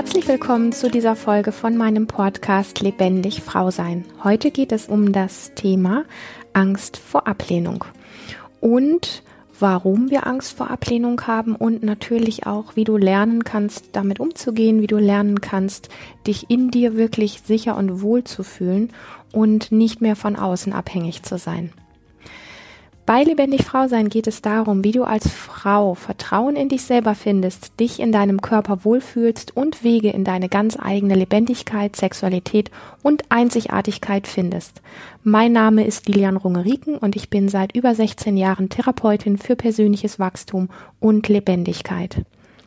Herzlich willkommen zu dieser Folge von meinem Podcast Lebendig Frau sein. Heute geht es um das Thema Angst vor Ablehnung und warum wir Angst vor Ablehnung haben und natürlich auch, wie du lernen kannst, damit umzugehen, wie du lernen kannst, dich in dir wirklich sicher und wohl zu fühlen und nicht mehr von außen abhängig zu sein. Bei Lebendig Frau sein geht es darum, wie du als Frau Vertrauen in dich selber findest, dich in deinem Körper wohlfühlst und Wege in deine ganz eigene Lebendigkeit, Sexualität und Einzigartigkeit findest. Mein Name ist Lilian Rungeriken und ich bin seit über 16 Jahren Therapeutin für persönliches Wachstum und Lebendigkeit.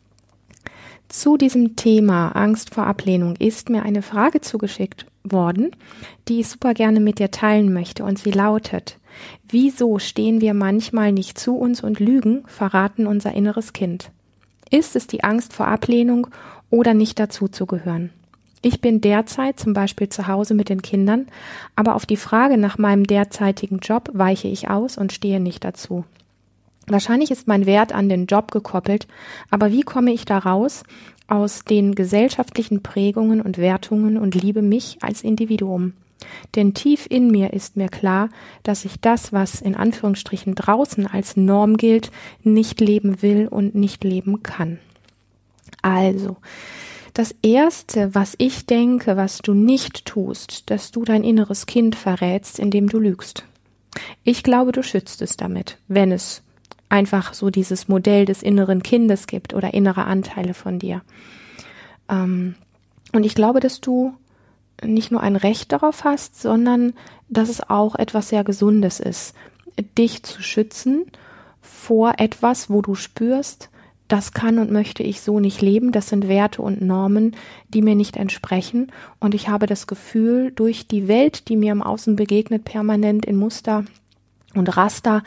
Zu diesem Thema Angst vor Ablehnung ist mir eine Frage zugeschickt worden, die ich super gerne mit dir teilen möchte, und sie lautet: Wieso stehen wir manchmal nicht zu uns und lügen, verraten unser inneres Kind? Ist es die Angst vor Ablehnung oder nicht dazuzugehören? Ich bin derzeit zum Beispiel zu Hause mit den Kindern, aber auf die Frage nach meinem derzeitigen Job weiche ich aus und stehe nicht dazu. Wahrscheinlich ist mein Wert an den Job gekoppelt, aber wie komme ich da raus aus den gesellschaftlichen Prägungen und Wertungen und liebe mich als Individuum? Denn tief in mir ist mir klar, dass ich das, was in Anführungsstrichen draußen als Norm gilt, nicht leben will und nicht leben kann. Also, das Erste, was ich denke, was du nicht tust, dass du dein inneres Kind verrätst, indem du lügst. Ich glaube, du schützt es damit, wenn es einfach so dieses Modell des inneren Kindes gibt oder innere Anteile von dir. Und ich glaube, dass du nicht nur ein Recht darauf hast, sondern dass es auch etwas sehr Gesundes ist, dich zu schützen vor etwas, wo du spürst, das kann und möchte ich so nicht leben, das sind Werte und Normen, die mir nicht entsprechen, und ich habe das Gefühl, durch die Welt, die mir im Außen begegnet, permanent in Muster und Raster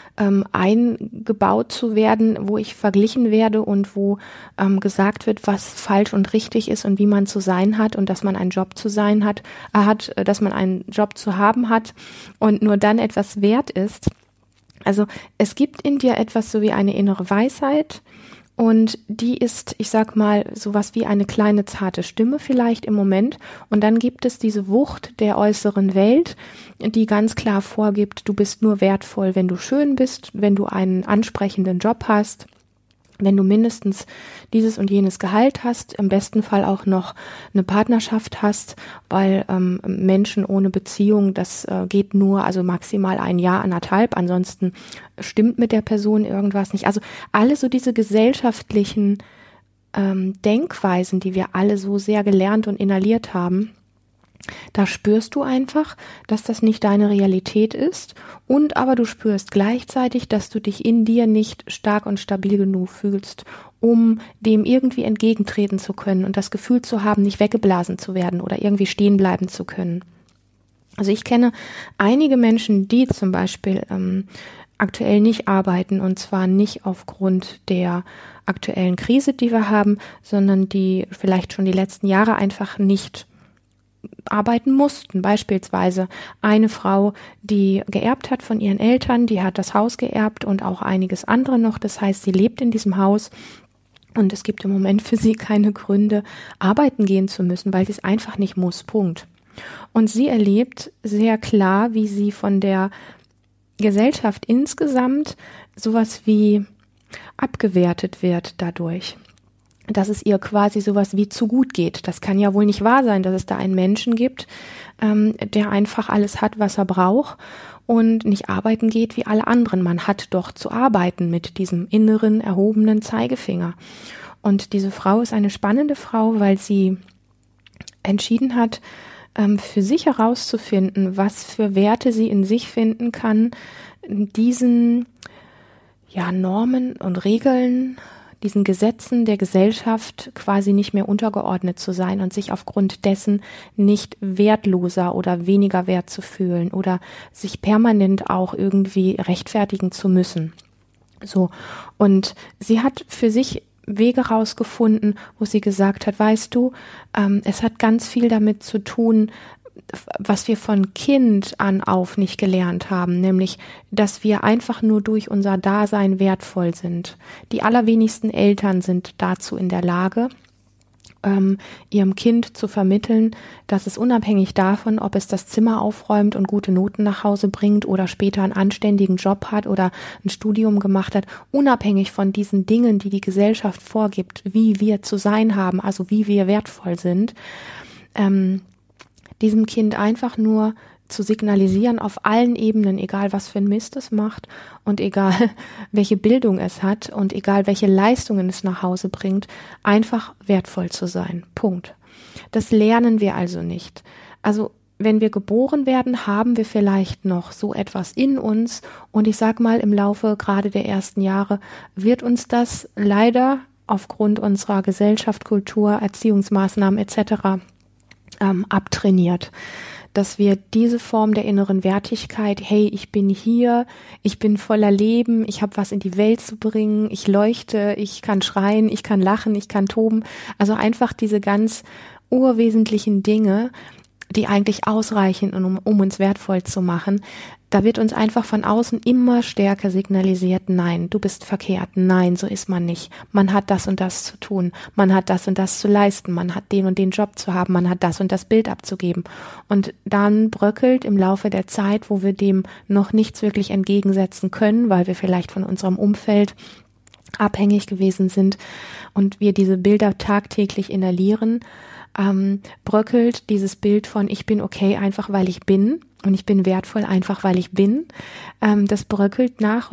eingebaut zu werden, wo ich verglichen werde und wo gesagt wird, was falsch und richtig ist und wie man zu sein hat und dass man einen Job zu sein hat, dass man einen Job zu haben hat und nur dann etwas wert ist. Also es gibt in dir etwas so wie eine innere Weisheit, und die ist, ich sag mal, sowas wie eine kleine zarte Stimme vielleicht im Moment. Und dann gibt es diese Wucht der äußeren Welt, die ganz klar vorgibt, du bist nur wertvoll, wenn du schön bist, wenn du einen ansprechenden Job hast, wenn du mindestens dieses und jenes Gehalt hast, im besten Fall auch noch eine Partnerschaft hast, weil Menschen ohne Beziehung, das geht nur, also maximal ein Jahr, 1,5, ansonsten stimmt mit der Person irgendwas nicht. Also alle so diese gesellschaftlichen Denkweisen, die wir alle so sehr gelernt und inhaliert haben, da spürst du einfach, dass das nicht deine Realität ist, und aber du spürst gleichzeitig, dass du dich in dir nicht stark und stabil genug fühlst, um dem irgendwie entgegentreten zu können und das Gefühl zu haben, nicht weggeblasen zu werden oder irgendwie stehen bleiben zu können. Also ich kenne einige Menschen, die zum Beispiel aktuell nicht arbeiten, und zwar nicht aufgrund der aktuellen Krise, die wir haben, sondern die vielleicht schon die letzten Jahre einfach nicht arbeiten mussten. Beispielsweise eine Frau, die geerbt hat von ihren Eltern, die hat das Haus geerbt und auch einiges andere noch. Das heißt, sie lebt in diesem Haus und es gibt im Moment für sie keine Gründe, arbeiten gehen zu müssen, weil sie es einfach nicht muss. Punkt. Und sie erlebt sehr klar, wie sie von der Gesellschaft insgesamt sowas wie abgewertet wird dadurch, dass es ihr quasi sowas wie zu gut geht. Das kann ja wohl nicht wahr sein, dass es da einen Menschen gibt, der einfach alles hat, was er braucht und nicht arbeiten geht wie alle anderen. Man hat doch zu arbeiten mit diesem inneren, erhobenen Zeigefinger. Und diese Frau ist eine spannende Frau, weil sie entschieden hat, für sich herauszufinden, was für Werte sie in sich finden kann, diesen Normen und Regeln, diesen Gesetzen der Gesellschaft quasi nicht mehr untergeordnet zu sein und sich aufgrund dessen nicht wertloser oder weniger wert zu fühlen oder sich permanent auch irgendwie rechtfertigen zu müssen. So. Und sie hat für sich Wege rausgefunden, wo sie gesagt hat, weißt du, es hat ganz viel damit zu tun, was wir von Kind an auf nicht gelernt haben, nämlich, dass wir einfach nur durch unser Dasein wertvoll sind. Die allerwenigsten Eltern sind dazu in der Lage. ihrem Kind zu vermitteln, dass es unabhängig davon, ob es das Zimmer aufräumt und gute Noten nach Hause bringt oder später einen anständigen Job hat oder ein Studium gemacht hat, unabhängig von diesen Dingen, die die Gesellschaft vorgibt, wie wir zu sein haben, also wie wir wertvoll sind, diesem Kind einfach nur zu signalisieren auf allen Ebenen, egal was für ein Mist es macht und egal welche Bildung es hat und egal welche Leistungen es nach Hause bringt, einfach wertvoll zu sein. Punkt. Das lernen wir also nicht. Also wenn wir geboren werden, haben wir vielleicht noch so etwas in uns und ich sag mal, im Laufe gerade der ersten Jahre wird uns das leider aufgrund unserer Gesellschaft, Kultur, Erziehungsmaßnahmen etc. Abtrainiert. Dass wir diese Form der inneren Wertigkeit, hey, ich bin hier, ich bin voller Leben, ich habe was in die Welt zu bringen, ich leuchte, ich kann schreien, ich kann lachen, ich kann toben. Also einfach diese ganz urwesentlichen Dinge, die eigentlich ausreichen, um uns wertvoll zu machen. Da wird uns einfach von außen immer stärker signalisiert, nein, du bist verkehrt, nein, so ist man nicht. Man hat das und das zu tun, man hat das und das zu leisten, man hat den und den Job zu haben, man hat das und das Bild abzugeben. Und dann bröckelt im Laufe der Zeit, wo wir dem noch nichts wirklich entgegensetzen können, weil wir vielleicht von unserem Umfeld abhängig gewesen sind und wir diese Bilder tagtäglich inhalieren, bröckelt dieses Bild von ich bin okay, einfach weil ich bin und ich bin wertvoll, einfach weil ich bin. Das bröckelt nach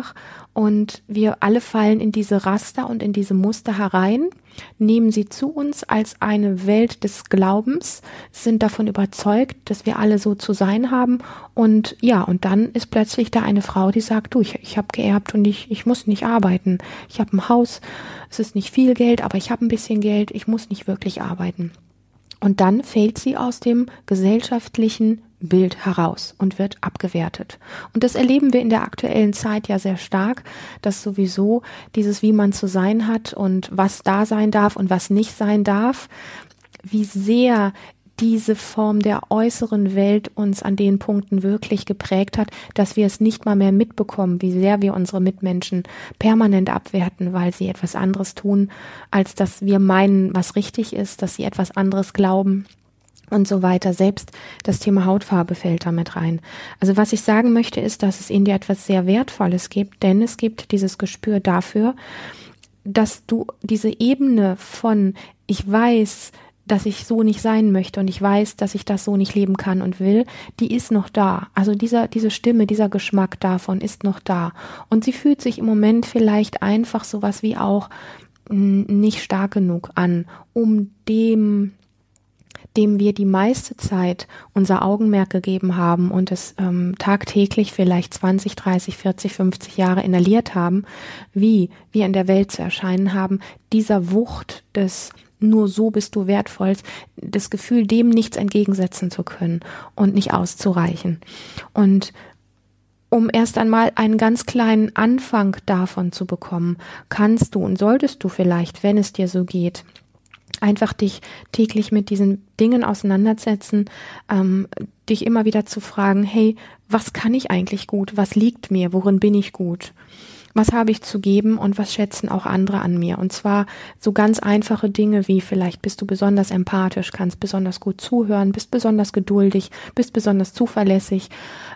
und wir alle fallen in diese Raster und in diese Muster herein, nehmen sie zu uns als eine Welt des Glaubens, sind davon überzeugt, dass wir alle so zu sein haben und ja, und dann ist plötzlich da eine Frau, die sagt, du, ich habe geerbt und ich muss nicht arbeiten. Ich habe ein Haus, es ist nicht viel Geld, aber ich habe ein bisschen Geld, ich muss nicht wirklich arbeiten. Und dann fällt sie aus dem gesellschaftlichen Bild heraus und wird abgewertet. Und das erleben wir in der aktuellen Zeit ja sehr stark, dass sowieso dieses, wie man zu sein hat und was da sein darf und was nicht sein darf, wie sehr diese Form der äußeren Welt uns an den Punkten wirklich geprägt hat, dass wir es nicht mal mehr mitbekommen, wie sehr wir unsere Mitmenschen permanent abwerten, weil sie etwas anderes tun, als dass wir meinen, was richtig ist, dass sie etwas anderes glauben und so weiter. Selbst das Thema Hautfarbe fällt damit rein. Also was ich sagen möchte, ist, dass es in dir etwas sehr Wertvolles gibt, denn es gibt dieses Gespür dafür, dass du diese Ebene von ich weiß, dass ich so nicht sein möchte und ich weiß, dass ich das so nicht leben kann und will, die ist noch da. Also diese Stimme, dieser Geschmack davon ist noch da. Und sie fühlt sich im Moment vielleicht einfach sowas wie auch nicht stark genug an, um dem wir die meiste Zeit unser Augenmerk gegeben haben und es tagtäglich vielleicht 20, 30, 40, 50 Jahre inhaliert haben, wie wir in der Welt zu erscheinen haben, dieser Wucht des nur so bist du wertvoll, das Gefühl, dem nichts entgegensetzen zu können und nicht auszureichen. Und um erst einmal einen ganz kleinen Anfang davon zu bekommen, kannst du und solltest du vielleicht, wenn es dir so geht, einfach dich täglich mit diesen Dingen auseinandersetzen, dich immer wieder zu fragen, hey, was kann ich eigentlich gut? Was liegt mir? Worin bin ich gut? Was habe ich zu geben und was schätzen auch andere an mir? Und zwar so ganz einfache Dinge wie vielleicht bist du besonders empathisch, kannst besonders gut zuhören, bist besonders geduldig, bist besonders zuverlässig,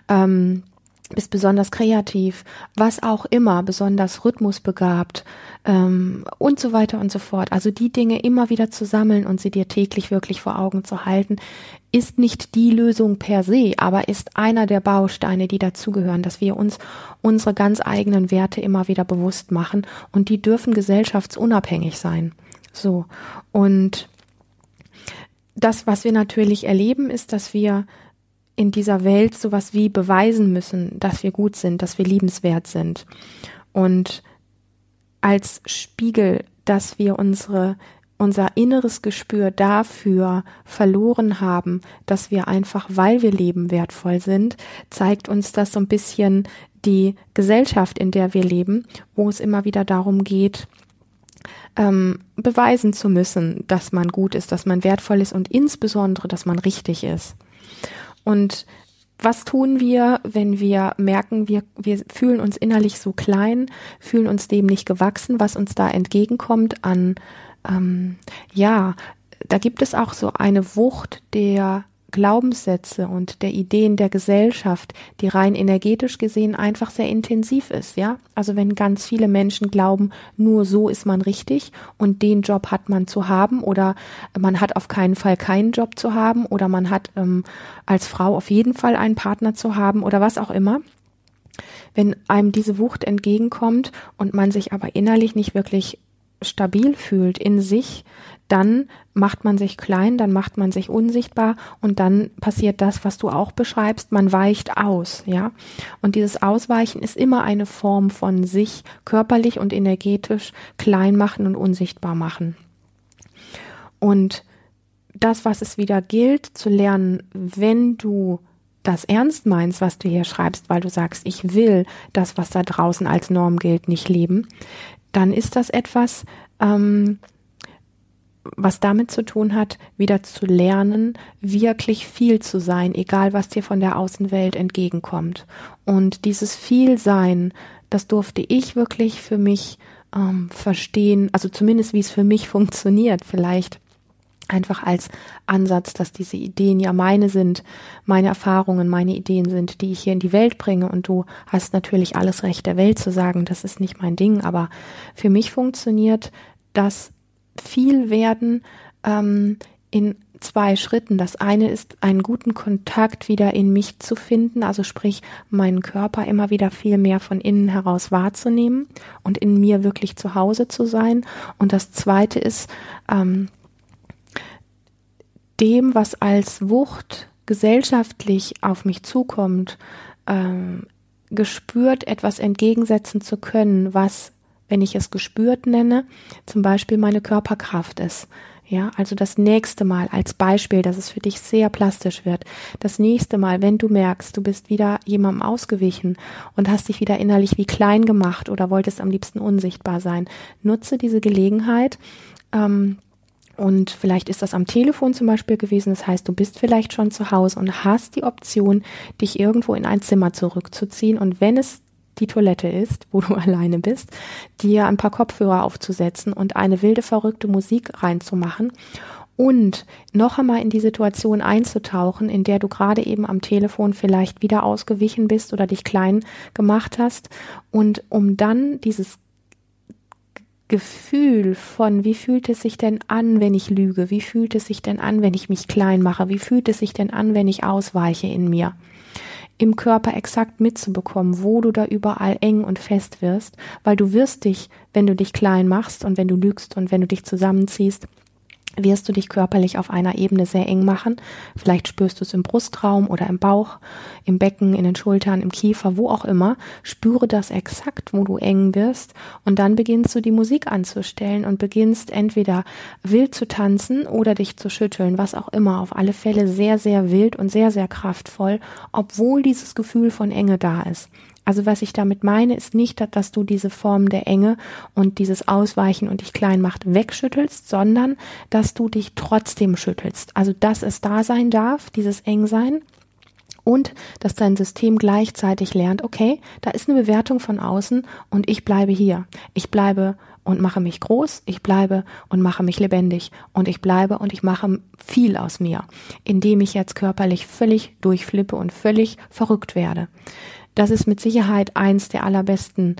bist besonders kreativ, was auch immer, besonders rhythmusbegabt und so weiter und so fort. Also die Dinge immer wieder zu sammeln und sie dir täglich wirklich vor Augen zu halten, ist nicht die Lösung per se, aber ist einer der Bausteine, die dazugehören, dass wir uns unsere ganz eigenen Werte immer wieder bewusst machen und die dürfen gesellschaftsunabhängig sein. So. Und das, was wir natürlich erleben, ist, dass wir in dieser Welt sowas wie beweisen müssen, dass wir gut sind, dass wir liebenswert sind. Und als Spiegel, dass wir unser inneres Gespür dafür verloren haben, dass wir einfach, weil wir leben, wertvoll sind, zeigt uns das so ein bisschen die Gesellschaft, in der wir leben, wo es immer wieder darum geht, beweisen zu müssen, dass man gut ist, dass man wertvoll ist und insbesondere, dass man richtig ist. Und was tun wir, wenn wir merken, wir fühlen uns innerlich so klein, fühlen uns dem nicht gewachsen, was uns da entgegenkommt an Ja, da gibt es auch so eine Wucht der Glaubenssätze und der Ideen der Gesellschaft, die rein energetisch gesehen einfach sehr intensiv ist, ja. Also wenn ganz viele Menschen glauben, nur so ist man richtig und den Job hat man zu haben oder man hat auf keinen Fall keinen Job zu haben oder man hat als Frau auf jeden Fall einen Partner zu haben oder was auch immer. Wenn einem diese Wucht entgegenkommt und man sich aber innerlich nicht wirklich stabil fühlt in sich, dann macht man sich klein, dann macht man sich unsichtbar und dann passiert das, was du auch beschreibst, man weicht aus, ja. Und dieses Ausweichen ist immer eine Form von sich körperlich und energetisch klein machen und unsichtbar machen. Und das, was es wieder gilt, zu lernen, wenn du das ernst meinst, was du hier schreibst, weil du sagst, ich will das, was da draußen als Norm gilt, nicht leben, dann ist das etwas, was damit zu tun hat, wieder zu lernen, wirklich viel zu sein, egal was dir von der Außenwelt entgegenkommt. Und dieses Vielsein, das durfte ich wirklich für mich verstehen, also zumindest wie es für mich funktioniert, vielleicht einfach als Ansatz, dass diese Ideen ja meine sind, meine Erfahrungen, meine Ideen sind, die ich hier in die Welt bringe und du hast natürlich alles Recht der Welt zu sagen, das ist nicht mein Ding, aber für mich funktioniert das Vielwerden in 2 Schritten. Das eine ist, einen guten Kontakt wieder in mich zu finden, also sprich, meinen Körper immer wieder viel mehr von innen heraus wahrzunehmen und in mir wirklich zu Hause zu sein. Und das zweite ist, dem, was als Wucht gesellschaftlich auf mich zukommt, gespürt etwas entgegensetzen zu können, was, wenn ich es gespürt nenne, zum Beispiel meine Körperkraft ist. Ja, also das nächste Mal als Beispiel, dass es für dich sehr plastisch wird. Das nächste Mal, wenn du merkst, du bist wieder jemandem ausgewichen und hast dich wieder innerlich wie klein gemacht oder wolltest am liebsten unsichtbar sein, nutze diese Gelegenheit, und vielleicht ist das am Telefon zum Beispiel gewesen. Das heißt, du bist vielleicht schon zu Hause und hast die Option, dich irgendwo in ein Zimmer zurückzuziehen. Und wenn es die Toilette ist, wo du alleine bist, dir ein paar Kopfhörer aufzusetzen und eine wilde, verrückte Musik reinzumachen und noch einmal in die Situation einzutauchen, in der du gerade eben am Telefon vielleicht wieder ausgewichen bist oder dich klein gemacht hast. Und um dann dieses Gefühl von, wie fühlt es sich denn an, wenn ich lüge? Wie fühlt es sich denn an, wenn ich mich klein mache? Wie fühlt es sich denn an, wenn ich ausweiche in mir? Im Körper exakt mitzubekommen, wo du da überall eng und fest wirst, weil du wirst dich, wenn du dich klein machst und wenn du lügst und wenn du dich zusammenziehst, wirst du dich körperlich auf einer Ebene sehr eng machen. Vielleicht spürst du es im Brustraum oder im Bauch, im Becken, in den Schultern, im Kiefer, wo auch immer. Spüre das exakt, wo du eng wirst und dann beginnst du die Musik anzustellen und beginnst entweder wild zu tanzen oder dich zu schütteln, was auch immer. Auf alle Fälle sehr, sehr wild und sehr, sehr kraftvoll, obwohl dieses Gefühl von Enge da ist. Also was ich damit meine, ist nicht, dass du diese Form der Enge und dieses Ausweichen und dich klein macht wegschüttelst, sondern dass du dich trotzdem schüttelst. Also dass es da sein darf, dieses Engsein, und dass dein System gleichzeitig lernt, okay, da ist eine Bewertung von außen und ich bleibe hier. Ich bleibe und mache mich groß, ich bleibe und mache mich lebendig und ich bleibe und ich mache viel aus mir, indem ich jetzt körperlich völlig durchflippe und völlig verrückt werde. Das ist mit Sicherheit eins der allerbesten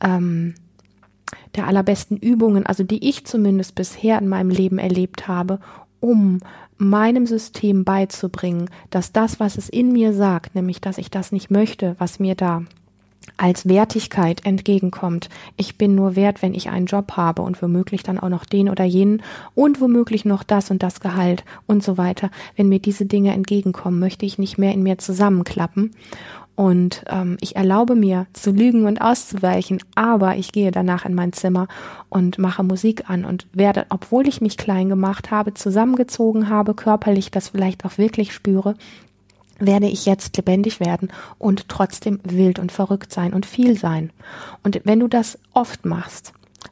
Übungen, also die ich zumindest bisher in meinem Leben erlebt habe, um meinem System beizubringen, dass das, was es in mir sagt, nämlich, dass ich das nicht möchte, was mir da als Wertigkeit entgegenkommt. Ich bin nur wert, wenn ich einen Job habe und womöglich dann auch noch den oder jenen und womöglich noch das und das Gehalt und so weiter. Wenn mir diese Dinge entgegenkommen, möchte ich nicht mehr in mir zusammenklappen. Und ich erlaube mir zu lügen und auszuweichen, aber ich gehe danach in mein Zimmer und mache Musik an und werde, obwohl ich mich klein gemacht habe, zusammengezogen habe, körperlich das vielleicht auch wirklich spüre, werde ich jetzt lebendig werden und trotzdem wild und verrückt sein und viel sein. Und wenn du das oft machst,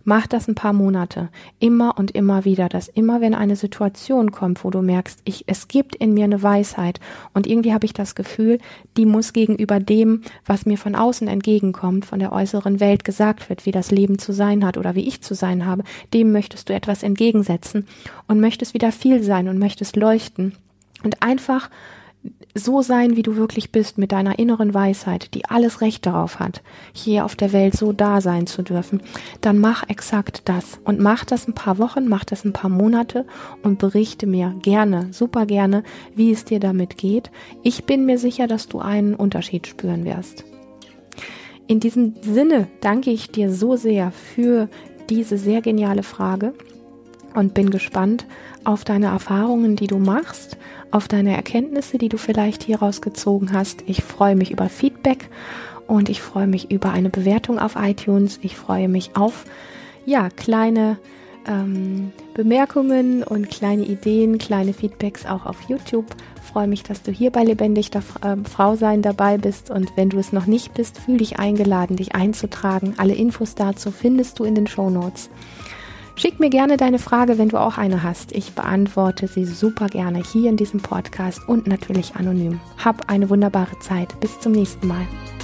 Mach das ein paar Monate, immer und immer wieder, dass immer, wenn eine Situation kommt, wo du merkst, es gibt in mir eine Weisheit und irgendwie habe ich das Gefühl, die muss gegenüber dem, was mir von außen entgegenkommt, von der äußeren Welt gesagt wird, wie das Leben zu sein hat oder wie ich zu sein habe, dem möchtest du etwas entgegensetzen und möchtest wieder viel sein und möchtest leuchten und einfach so sein, wie du wirklich bist, mit deiner inneren Weisheit, die alles Recht darauf hat, hier auf der Welt so da sein zu dürfen, dann mach exakt das und mach das ein paar Wochen, mach das ein paar Monate und berichte mir gerne, super gerne, wie es dir damit geht. Ich bin mir sicher, dass du einen Unterschied spüren wirst. In diesem Sinne danke ich dir so sehr für diese sehr geniale Frage und bin gespannt auf deine Erfahrungen, die du machst, auf deine Erkenntnisse, die du vielleicht hieraus gezogen hast. Ich freue mich über Feedback und ich freue mich über eine Bewertung auf iTunes. Ich freue mich auf kleine Bemerkungen und kleine Ideen, kleine Feedbacks auch auf YouTube. Ich freue mich, dass du hier bei Lebendig Frau sein dabei bist und wenn du es noch nicht bist, fühl dich eingeladen, dich einzutragen. Alle Infos dazu findest du in den Shownotes. Schick mir gerne deine Frage, wenn du auch eine hast. Ich beantworte sie super gerne hier in diesem Podcast und natürlich anonym. Hab eine wunderbare Zeit. Bis zum nächsten Mal.